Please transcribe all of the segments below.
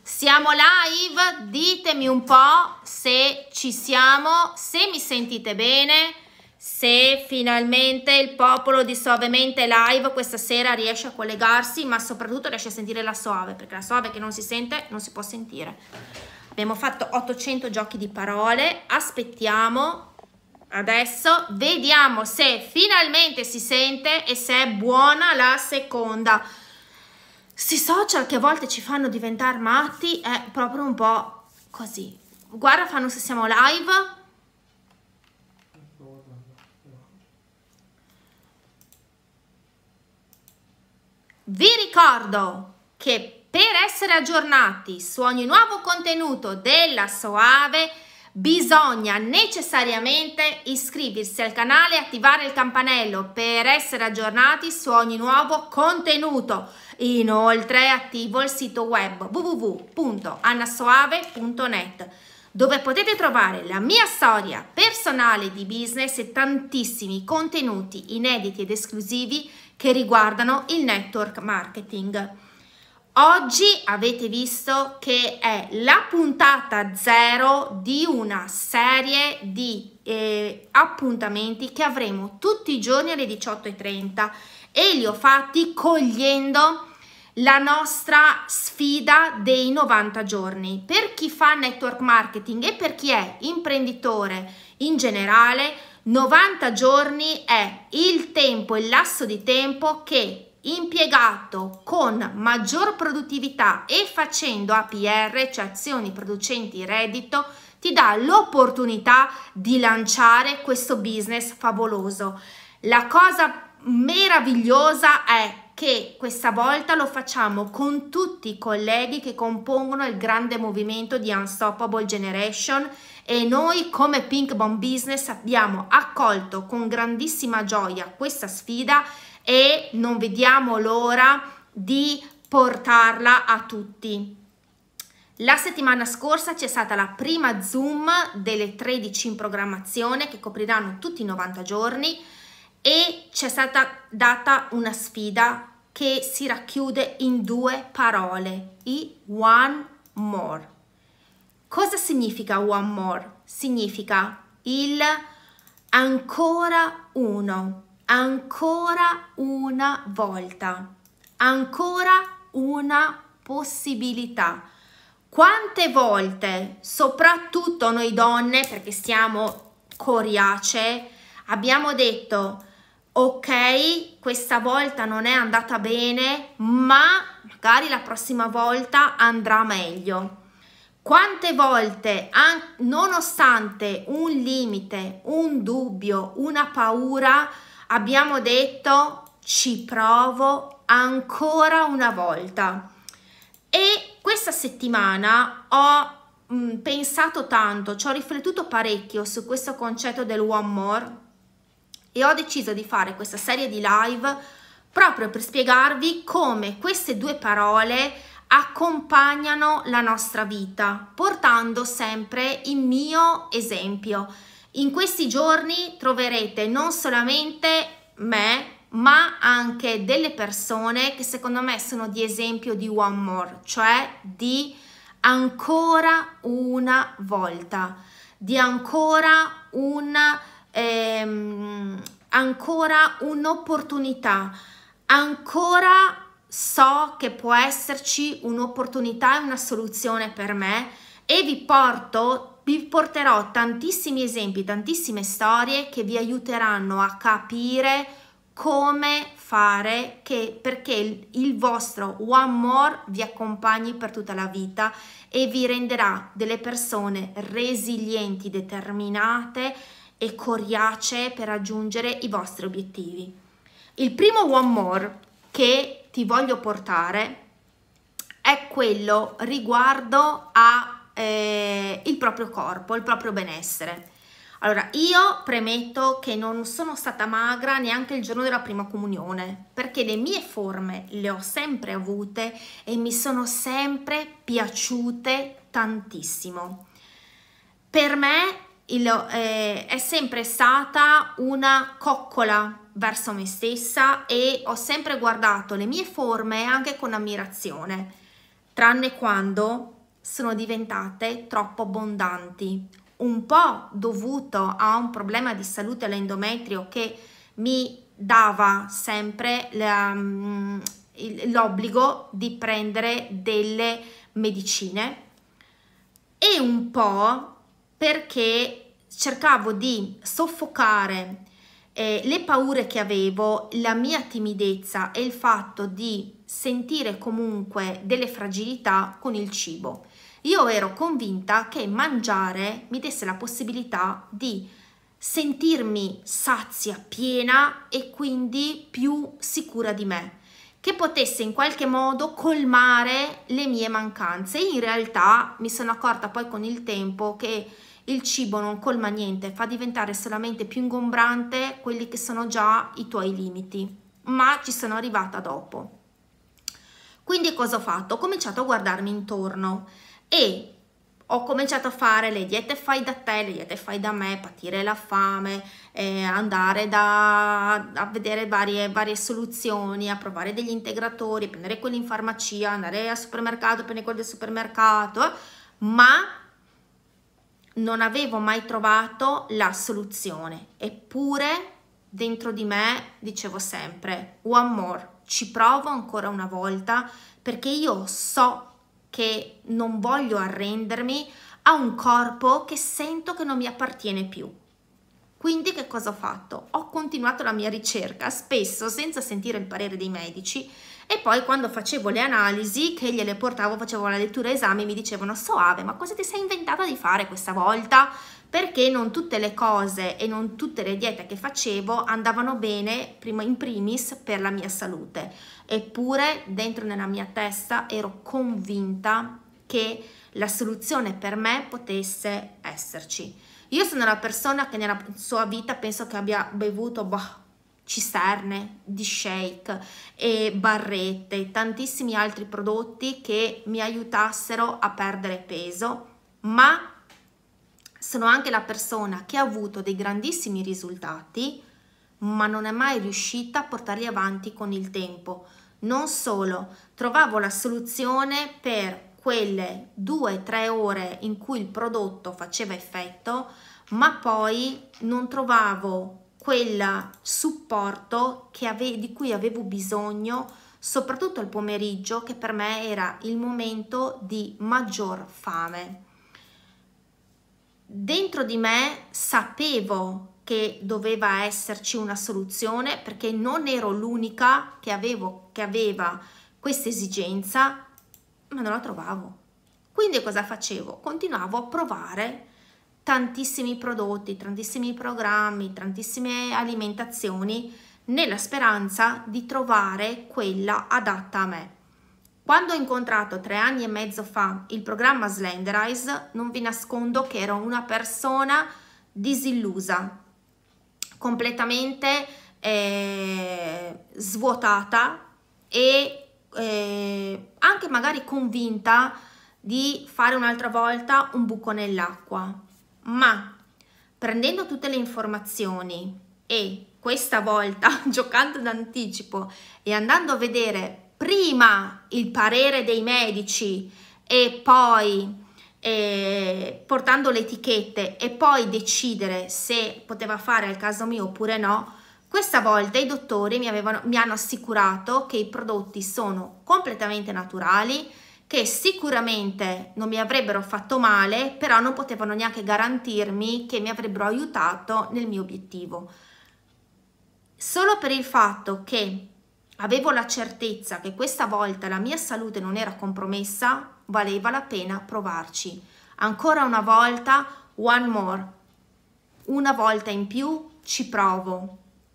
Siamo live? Ditemi un po' se ci siamo, se mi sentite bene, se finalmente il popolo di Soavemente Live questa sera riesce a collegarsi, ma soprattutto riesce a sentire la Soave, perché la Soave che non si sente non si può sentire. Abbiamo fatto 800 giochi di parole, aspettiamo, adesso vediamo se finalmente si sente e se è buona la seconda. Sti social che a volte ci fanno diventare matti è proprio un po' così. Guarda, fanno se siamo live. Vi ricordo che per essere aggiornati su ogni nuovo contenuto della Soave bisogna necessariamente iscriversi al canale e attivare il campanello per essere aggiornati su ogni nuovo contenuto. Inoltre attivo il sito web www.annasoave.net dove potete trovare la mia storia personale di business e tantissimi contenuti inediti ed esclusivi che riguardano il network marketing. Oggi avete visto che è la puntata 0 di una serie di appuntamenti che avremo tutti i giorni alle 18:30 e li ho fatti cogliendo la nostra sfida dei 90 giorni. Per chi fa network marketing e per chi è imprenditore in generale, 90 giorni è il tempo, il lasso di tempo che impiegato con maggior produttività e facendo APR, cioè azioni producenti reddito, ti dà l'opportunità di lanciare questo business favoloso. La cosa meravigliosa è che questa volta lo facciamo con tutti i colleghi che compongono il grande movimento di Unstoppable Generation e noi come Pink Bomb Business abbiamo accolto con grandissima gioia questa sfida e non vediamo l'ora di portarla a tutti. La settimana scorsa c'è stata la prima Zoom delle 13 in programmazione che copriranno tutti i 90 giorni e c'è stata data una sfida che si racchiude in 2 parole, i one more. Cosa significa one more? Significa il ancora uno, ancora una volta, ancora una possibilità. Quante volte, soprattutto noi donne, perché siamo coriacee, abbiamo detto ok, questa volta non è andata bene, ma magari la prossima volta andrà meglio. Quante volte, nonostante un limite, un dubbio, una paura, abbiamo detto ci provo ancora una volta. E questa settimana ho pensato tanto, ci ho riflettuto parecchio su questo concetto del one more e ho deciso di fare questa serie di live proprio per spiegarvi come queste 2 parole accompagnano la nostra vita, portando sempre il mio esempio. In questi giorni troverete non solamente me, ma anche delle persone che secondo me sono di esempio di one more, cioè di ancora una volta, di ancora un'opportunità, ancora so che può esserci un'opportunità e una soluzione per me e vi porterò tantissimi esempi, tantissime storie che vi aiuteranno a capire come fare perché il vostro one more vi accompagni per tutta la vita e vi renderà delle persone resilienti, determinate e coriacee per raggiungere i vostri obiettivi. Il primo one more che ti voglio portare è quello riguardo a il proprio corpo, il proprio benessere. Allora, io premetto che non sono stata magra neanche il giorno della prima comunione, perché le mie forme le ho sempre avute e mi sono sempre piaciute tantissimo. Per me è sempre stata una coccola verso me stessa e ho sempre guardato le mie forme anche con ammirazione. tranne quando sono diventate troppo abbondanti, un po' dovuto a un problema di salute all'endometrio che mi dava sempre l'obbligo di prendere delle medicine, e un po' perché cercavo di soffocare le paure che avevo, la mia timidezza e il fatto di sentire comunque delle fragilità con il cibo. Io ero convinta che mangiare mi desse la possibilità di sentirmi sazia, piena e quindi più sicura di me, che potesse in qualche modo colmare le mie mancanze. In realtà mi sono accorta poi con il tempo che il cibo non colma niente, fa diventare solamente più ingombrante quelli che sono già i tuoi limiti, ma ci sono arrivata dopo. Quindi cosa ho fatto? Ho cominciato a guardarmi intorno e ho cominciato a fare le diete fai da te, le diete fai da me, patire la fame, andare a vedere varie soluzioni, a provare degli integratori, prendere quelli in farmacia, andare al supermercato, prendere quelli del supermercato, ma non avevo mai trovato la soluzione. Eppure dentro di me dicevo sempre one more, ci provo ancora una volta, perché io so che non voglio arrendermi a un corpo che sento che non mi appartiene più. Quindi che cosa ho fatto? Ho continuato la mia ricerca, spesso senza sentire il parere dei medici, e poi quando facevo le analisi, che gliele portavo, facevo la lettura esami, mi dicevano: Soave, ma cosa ti sei inventata di fare questa volta? Perché non tutte le cose e non tutte le diete che facevo andavano bene, prima in primis, per la mia salute. Eppure dentro nella mia testa ero convinta che la soluzione per me potesse esserci. Io sono la persona che nella sua vita penso che abbia bevuto cisterne di shake e barrette, tantissimi altri prodotti che mi aiutassero a perdere peso, ma sono anche la persona che ha avuto dei grandissimi risultati, ma non è mai riuscita a portarli avanti con il tempo. Non solo, trovavo la soluzione per quelle 2-3 ore in cui il prodotto faceva effetto, ma poi non trovavo quel supporto di cui avevo bisogno, soprattutto al pomeriggio, che per me era il momento di maggior fame. Dentro di me sapevo che doveva esserci una soluzione, perché non ero l'unica che aveva questa esigenza, ma non la trovavo. Quindi cosa facevo? Continuavo a provare tantissimi prodotti, tantissimi programmi, tantissime alimentazioni, nella speranza di trovare quella adatta a me. Quando ho incontrato 3 anni e mezzo fa il programma Slenderize, non vi nascondo che ero una persona disillusa, completamente svuotata e anche magari convinta di fare un'altra volta un buco nell'acqua, ma prendendo tutte le informazioni e questa volta giocando d'anticipo e andando a vedere prima il parere dei medici e poi portando le etichette e poi decidere se poteva fare al caso mio oppure no, questa volta i dottori mi hanno assicurato che i prodotti sono completamente naturali, che sicuramente non mi avrebbero fatto male, però non potevano neanche garantirmi che mi avrebbero aiutato nel mio obiettivo. Solo per il fatto che avevo la certezza che questa volta la mia salute non era compromessa, valeva la pena provarci. Ancora una volta, one more. Una volta in più ci provo.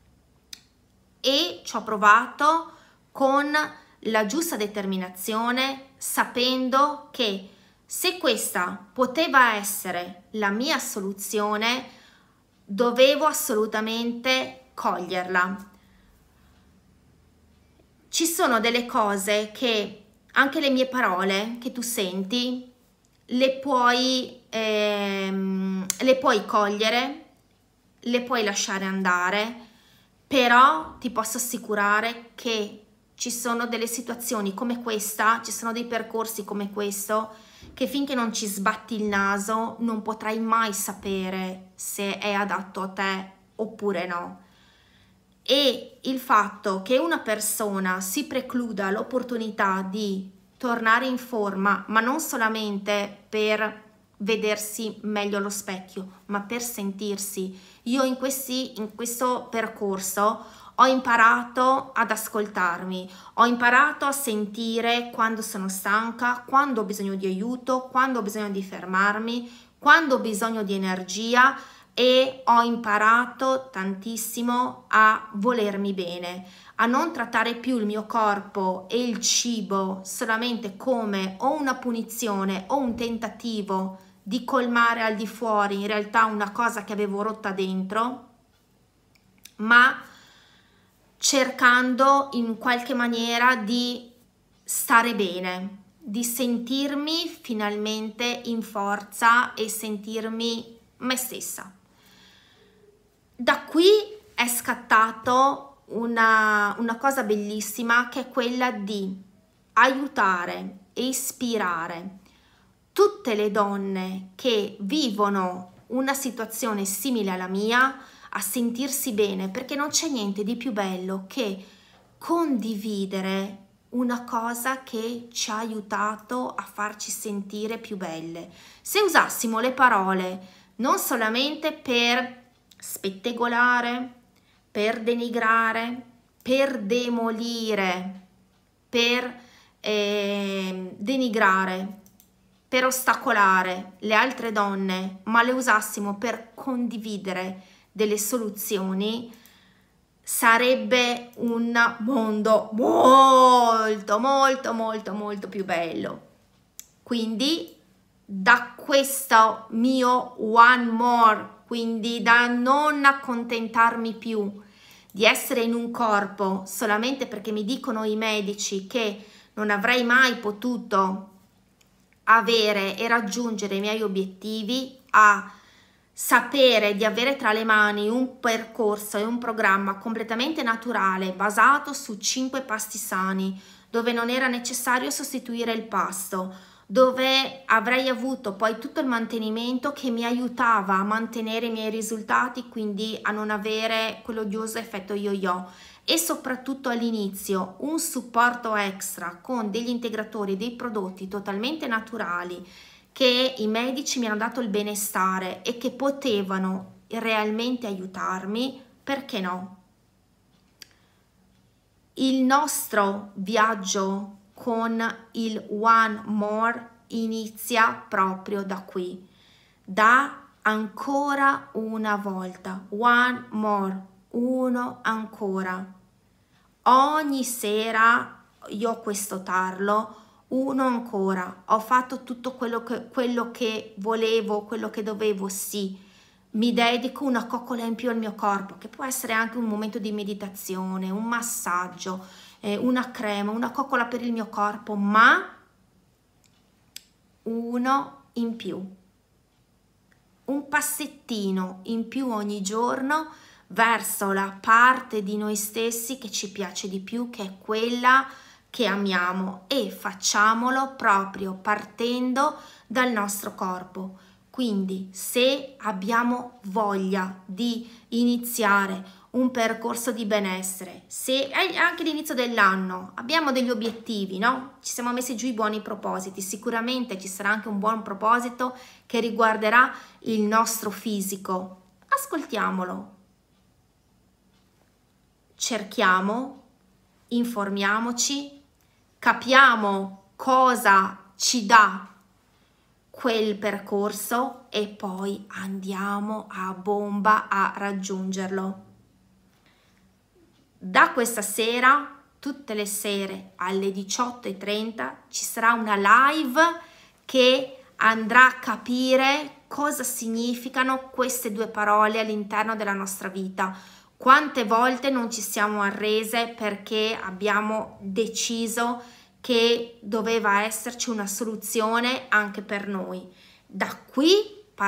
E ci ho provato con la giusta determinazione, sapendo che se questa poteva essere la mia soluzione, dovevo assolutamente coglierla. Ci sono delle cose che anche le mie parole che tu senti le puoi cogliere, le puoi lasciare andare, però ti posso assicurare che ci sono delle situazioni come questa, ci sono dei percorsi come questo, che finché non ci sbatti il naso non potrai mai sapere se è adatto a te oppure no. E il fatto che una persona si precluda l'opportunità di tornare in forma, ma non solamente per vedersi meglio allo specchio, ma per sentirsi. Io in questo percorso ho imparato ad ascoltarmi, ho imparato a sentire quando sono stanca, quando ho bisogno di aiuto, quando ho bisogno di fermarmi, quando ho bisogno di energia, e ho imparato tantissimo a volermi bene, a non trattare più il mio corpo e il cibo solamente come o una punizione o un tentativo di colmare al di fuori in realtà una cosa che avevo rotta dentro, ma cercando in qualche maniera di stare bene, di sentirmi finalmente in forza e sentirmi me stessa. Da qui è scattato una cosa bellissima, che è quella di aiutare e ispirare tutte le donne che vivono una situazione simile alla mia a sentirsi bene, perché non c'è niente di più bello che condividere una cosa che ci ha aiutato a farci sentire più belle. Se usassimo le parole non solamente per spettegolare, per denigrare, per demolire, per denigrare, per ostacolare le altre donne, ma le usassimo per condividere delle soluzioni, sarebbe un mondo molto molto molto molto più bello. Quindi da questo mio one more, quindi da non accontentarmi più di essere in un corpo solamente perché mi dicono i medici che non avrei mai potuto avere e raggiungere i miei obiettivi, a sapere di avere tra le mani un percorso e un programma completamente naturale, basato su 5 pasti sani, dove non era necessario sostituire il pasto, dove avrei avuto poi tutto il mantenimento che mi aiutava a mantenere i miei risultati, quindi a non avere quell'odioso effetto yo-yo, e soprattutto all'inizio un supporto extra con degli integratori, dei prodotti totalmente naturali che i medici mi hanno dato il benestare e che potevano realmente aiutarmi. Perché no? Il nostro viaggio con il One More inizia proprio da qui, da ancora una volta, One More, uno ancora. Ogni sera io ho questo tarlo, uno ancora, ho fatto tutto quello che volevo, quello che dovevo, sì, mi dedico una coccola in più al mio corpo, che può essere anche un momento di meditazione, un massaggio, una crema, una coccola per il mio corpo, ma uno in più, un passettino in più ogni giorno verso la parte di noi stessi che ci piace di più, che è quella che amiamo, e facciamolo proprio partendo dal nostro corpo. Quindi se abbiamo voglia di iniziare un percorso di benessere, se anche all'inizio dell'anno abbiamo degli obiettivi, no? Ci siamo messi giù i buoni propositi, sicuramente ci sarà anche un buon proposito che riguarderà il nostro fisico. Ascoltiamolo, cerchiamo, informiamoci, capiamo cosa ci dà quel percorso e poi andiamo a bomba a raggiungerlo. Da questa sera, tutte le sere alle 18:30 ci sarà una live che andrà a capire cosa significano queste due parole all'interno della nostra vita. Quante volte non ci siamo arrese perché abbiamo deciso che doveva esserci una soluzione anche per noi. Da qui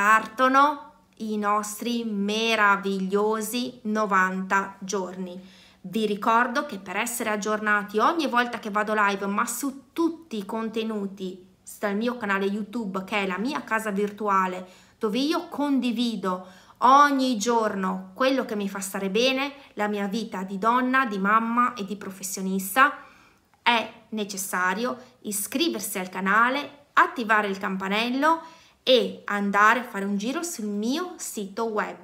partono i nostri meravigliosi 90 giorni. Vi ricordo che per essere aggiornati ogni volta che vado live, ma su tutti i contenuti dal mio canale YouTube, che è la mia casa virtuale, dove io condivido ogni giorno quello che mi fa stare bene, la mia vita di donna, di mamma e di professionista, è necessario iscriversi al canale, attivare il campanello e andare a fare un giro sul mio sito web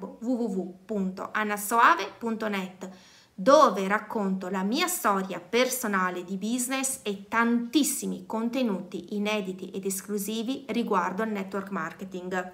www.annasoave.net, dove racconto la mia storia personale di business e tantissimi contenuti inediti ed esclusivi riguardo al network marketing.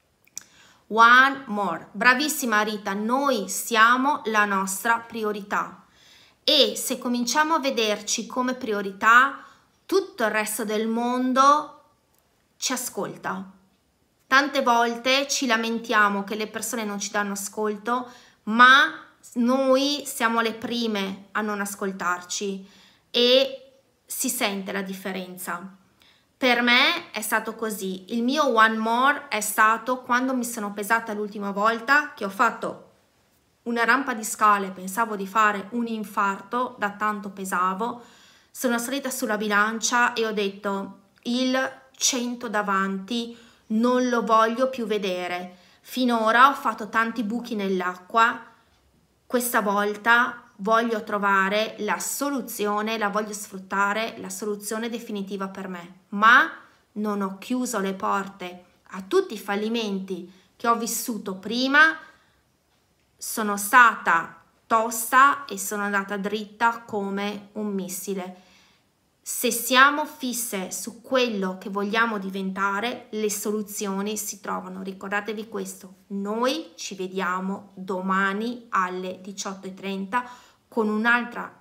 One more. Bravissima Rita, noi siamo la nostra priorità e se cominciamo a vederci come priorità, tutto il resto del mondo ci ascolta. Tante volte ci lamentiamo che le persone non ci danno ascolto, ma noi siamo le prime a non ascoltarci e si sente la differenza. Per me è stato così. Il mio one more è stato quando mi sono pesata l'ultima volta, che ho fatto una rampa di scale, pensavo di fare un infarto da tanto pesavo. Sono salita sulla bilancia e ho detto: il 100 davanti non lo voglio più vedere. Finora ho fatto tanti buchi nell'acqua, questa volta voglio trovare la soluzione, la voglio sfruttare, la soluzione definitiva per me, ma non ho chiuso le porte a tutti i fallimenti che ho vissuto prima. Sono stata tosta e sono andata dritta come un missile. Se siamo fisse su quello che vogliamo diventare, le soluzioni si trovano. Ricordatevi questo. Noi ci vediamo domani alle 18:30 con un'altra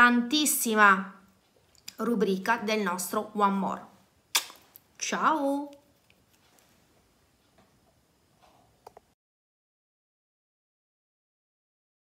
importantissima rubrica del nostro One More. Ciao!